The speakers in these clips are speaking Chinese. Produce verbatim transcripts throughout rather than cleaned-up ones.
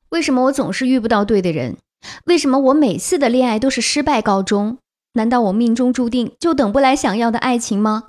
为什么我总是遇不到对的人？为什么我每次的恋爱都是失败告终？难道我命中注定就等不来想要的爱情吗？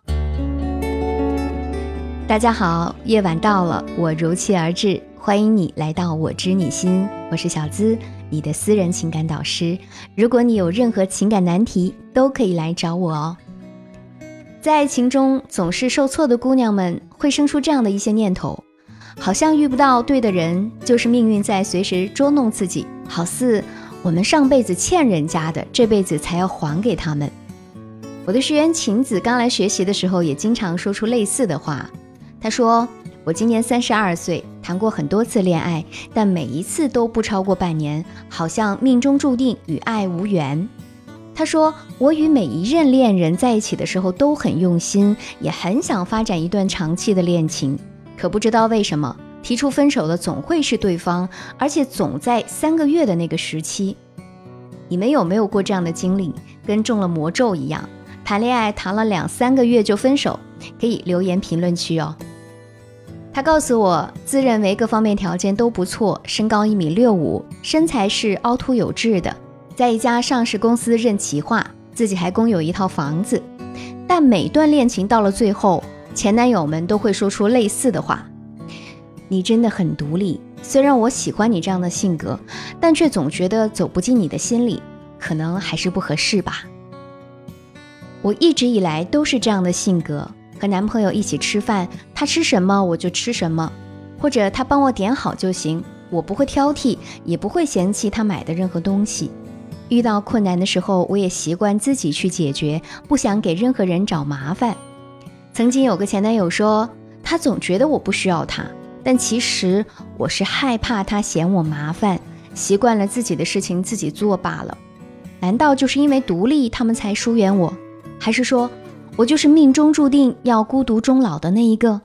大家好，夜晚到了，我如期而至，欢迎你来到我知你心，我是小资，你的私人情感导师。如果你有任何情感难题，都可以来找我哦。在爱情中总是受挫的姑娘们会生出这样的一些念头，好像遇不到对的人，就是命运在随时捉弄自己，好似我们上辈子欠人家的，这辈子才要还给他们。我的学员晴子刚来学习的时候也经常说出类似的话，她说，我今年三十二岁，谈过很多次恋爱，但每一次都不超过半年，好像命中注定与爱无缘。她说，我与每一任恋人在一起的时候都很用心，也很想发展一段长期的恋情，可不知道为什么提出分手的总会是对方，而且总在三个月的那个时期。你们有没有过这样的经历，跟中了魔咒一样，谈恋爱谈了两三个月就分手？可以留言评论区哦。他告诉我，自认为各方面条件都不错，身高一米六五，身材是凹凸有致的，在一家上市公司任企划，自己还共有一套房子。但每段恋情到了最后，前男友们都会说出类似的话，你真的很独立，虽然我喜欢你这样的性格，但却总觉得走不进你的心里，可能还是不合适吧。我一直以来都是这样的性格，和男朋友一起吃饭，他吃什么我就吃什么，或者他帮我点好就行，我不会挑剔，也不会嫌弃他买的任何东西。遇到困难的时候，我也习惯自己去解决，不想给任何人找麻烦。曾经有个前男友说，他总觉得我不需要他，但其实我是害怕他嫌我麻烦，习惯了自己的事情自己做罢了。难道就是因为独立他们才疏远我？还是说我就是命中注定要孤独终老的那一个？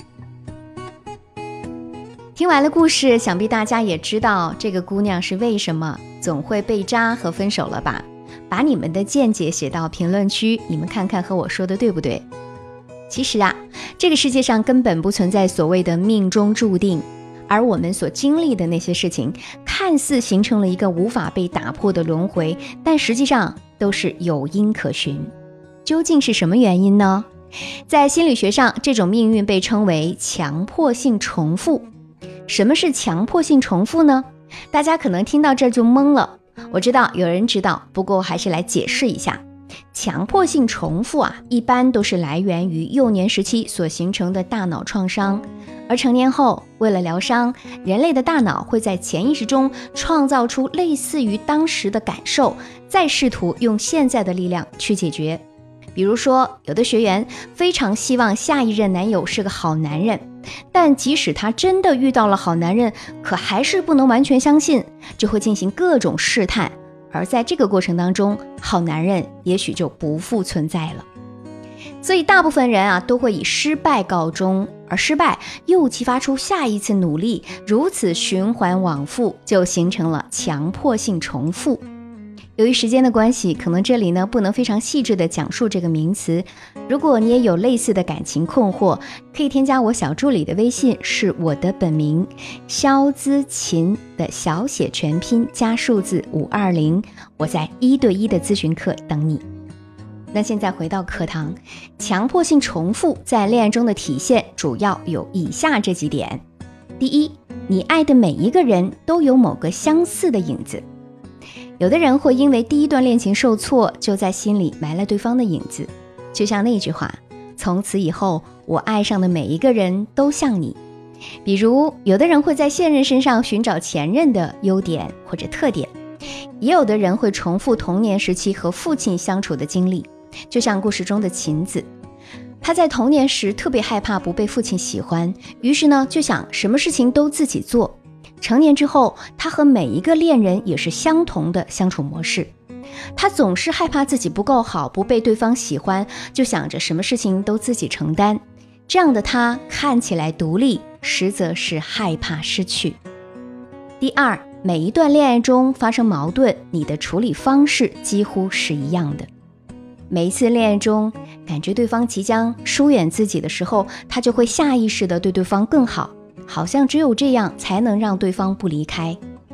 听完了故事，想必大家也知道这个姑娘是为什么总会被渣和分手了吧？把你们的见解写到评论区，你们看看和我说的对不对？其实啊，这个世界上根本不存在所谓的命中注定，而我们所经历的那些事情，看似形成了一个无法被打破的轮回，但实际上都是有因可循。究竟是什么原因呢？在心理学上，这种命运被称为强迫性重复。什么是强迫性重复呢？大家可能听到这儿就懵了。我知道有人知道，不过还是来解释一下。强迫性重复啊，一般都是来源于幼年时期所形成的大脑创伤，而成年后，为了疗伤，人类的大脑会在潜意识中创造出类似于当时的感受，再试图用现在的力量去解决。比如说，有的学员非常希望下一任男友是个好男人，但即使他真的遇到了好男人，可还是不能完全相信，就会进行各种试探，而在这个过程当中，好男人也许就不复存在了。所以大部分人啊都会以失败告终，而失败又激发出下一次努力，如此循环往复，就形成了强迫性重复。由于时间的关系，可能这里呢不能非常细致地讲述这个名词。如果你也有类似的感情困惑，可以添加我小助理的微信，是我的本名肖姿琴的小写全拼加数字五二零，我在一对一的咨询课等你。那现在回到课堂，强迫性重复在恋爱中的体现主要有以下这几点。第一，你爱的每一个人都有某个相似的影子。有的人会因为第一段恋情受挫，就在心里埋了对方的影子，就像那句话，从此以后我爱上的每一个人都像你。比如有的人会在现任身上寻找前任的优点或者特点，也有的人会重复童年时期和父亲相处的经历，就像故事中的晴子，她在童年时特别害怕不被父亲喜欢，于是呢就想什么事情都自己做。成年之后，他和每一个恋人也是相同的相处模式。他总是害怕自己不够好，不被对方喜欢，就想着什么事情都自己承担。这样的他看起来独立，实则是害怕失去。第二，每一段恋爱中发生矛盾，你的处理方式几乎是一样的。每一次恋爱中，感觉对方即将疏远自己的时候，他就会下意识地对对方更好，好像只有这样才能让对方不离开。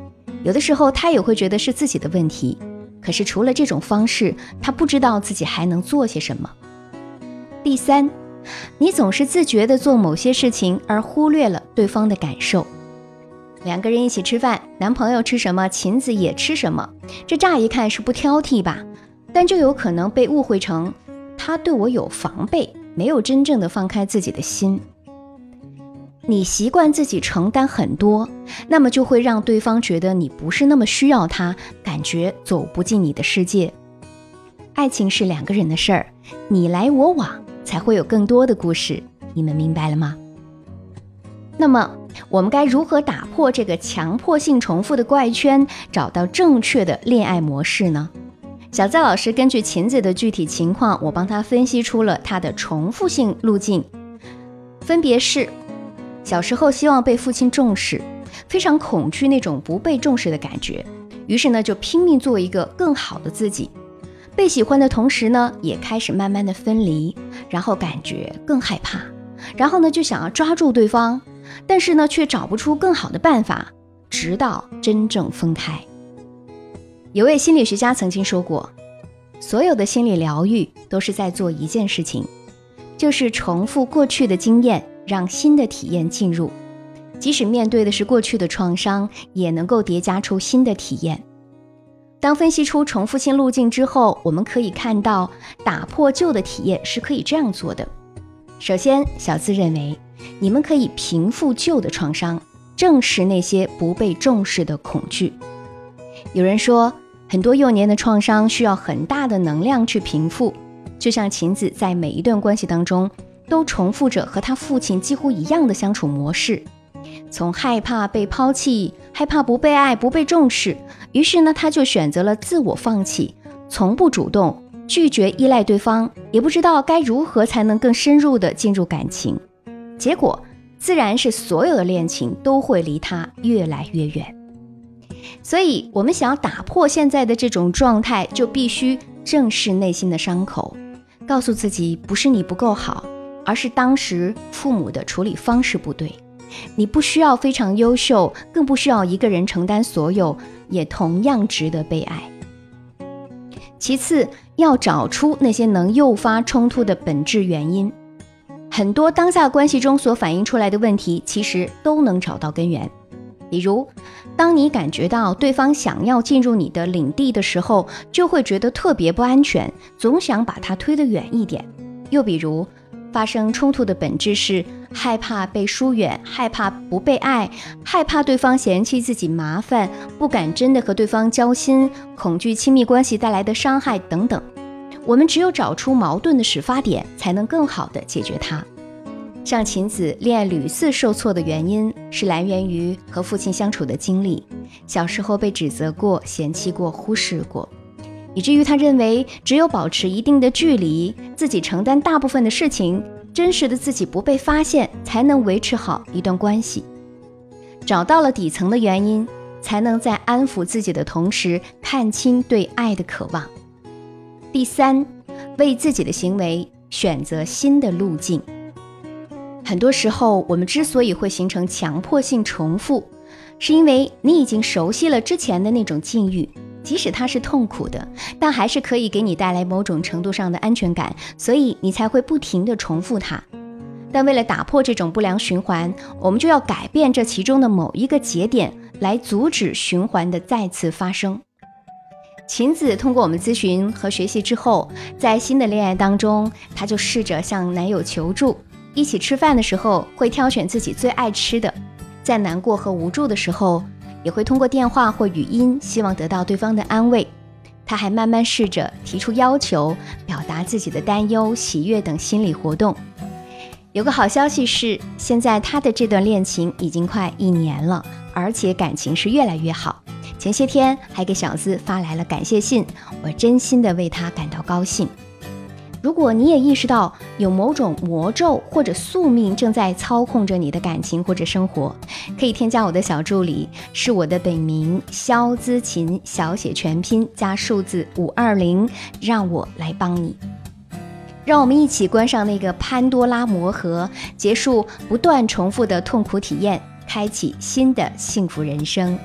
有的时候他也会觉得是自己的问题，可是除了这种方式，他不知道自己还能做些什么。第三，你总是自觉地做某些事情，而忽略了对方的感受。两个人一起吃饭，男朋友吃什么，琴子也吃什么，这乍一看是不挑剔吧，但就有可能被误会成他对我有防备，没有真正的放开自己的心。你习惯自己承担很多，那么就会让对方觉得你不是那么需要他，感觉走不进你的世界。爱情是两个人的事儿，你来我往，才会有更多的故事，你们明白了吗？那么我们该如何打破这个强迫性重复的怪圈，找到正确的恋爱模式呢？小赞老师根据琴子的具体情况，我帮她分析出了她的重复性路径，分别是小时候希望被父亲重视，非常恐惧那种不被重视的感觉，于是呢就拼命做一个更好的自己，被喜欢的同时呢也开始慢慢的分离，然后感觉更害怕，然后呢就想要抓住对方，但是呢却找不出更好的办法，直到真正分开。有位心理学家曾经说过，所有的心理疗愈都是在做一件事情，就是重复过去的经验，让新的体验进入，即使面对的是过去的创伤，也能够叠加出新的体验。当分析出重复性路径之后，我们可以看到打破旧的体验是可以这样做的。首先，小资认为你们可以平复旧的创伤，正视那些不被重视的恐惧。有人说，很多幼年的创伤需要很大的能量去平复，就像琴子在每一段关系当中都重复着和他父亲几乎一样的相处模式，从害怕被抛弃，害怕不被爱，不被重视，于是呢他就选择了自我放弃，从不主动，拒绝依赖对方，也不知道该如何才能更深入地进入感情，结果自然是所有的恋情都会离他越来越远。所以我们想要打破现在的这种状态，就必须正视内心的伤口，告诉自己不是你不够好，而是当时父母的处理方式不对。你不需要非常优秀，更不需要一个人承担所有，也同样值得被爱。其次，要找出那些能诱发冲突的本质原因。很多当下关系中所反映出来的问题，其实都能找到根源。比如，当你感觉到对方想要进入你的领地的时候，就会觉得特别不安全，总想把他推得远一点。又比如，发生冲突的本质是害怕被疏远，害怕不被爱，害怕对方嫌弃自己麻烦，不敢真的和对方交心，恐惧亲密关系带来的伤害等等。我们只有找出矛盾的始发点，才能更好地解决它。像琴子恋爱屡次受挫的原因，是来源于和父亲相处的经历，小时候被指责过、嫌弃过、忽视过，以至于他认为只有保持一定的距离，自己承担大部分的事情，真实的自己不被发现，才能维持好一段关系。找到了底层的原因，才能在安抚自己的同时，看清对爱的渴望。第三，为自己的行为选择新的路径。很多时候，我们之所以会形成强迫性重复，是因为你已经熟悉了之前的那种境遇，即使它是痛苦的，但还是可以给你带来某种程度上的安全感，所以你才会不停地重复它。但为了打破这种不良循环，我们就要改变这其中的某一个节点，来阻止循环的再次发生。琴子通过我们咨询和学习之后，在新的恋爱当中，她就试着向男友求助，一起吃饭的时候会挑选自己最爱吃的，在难过和无助的时候，也会通过电话或语音希望得到对方的安慰。他还慢慢试着提出要求，表达自己的担忧、喜悦等心理活动。有个好消息是，现在他的这段恋情已经快一年了，而且感情是越来越好。前些天还给小资发来了感谢信，我真心的为他感到高兴。如果你也意识到有某种魔咒或者宿命正在操控着你的感情或者生活，可以添加我的小助理，是我的本名肖姿琴，小写全拼加数字五二零，让我来帮你。让我们一起关上那个潘多拉魔盒，结束不断重复的痛苦体验，开启新的幸福人生。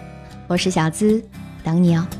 我是小资，等你哦。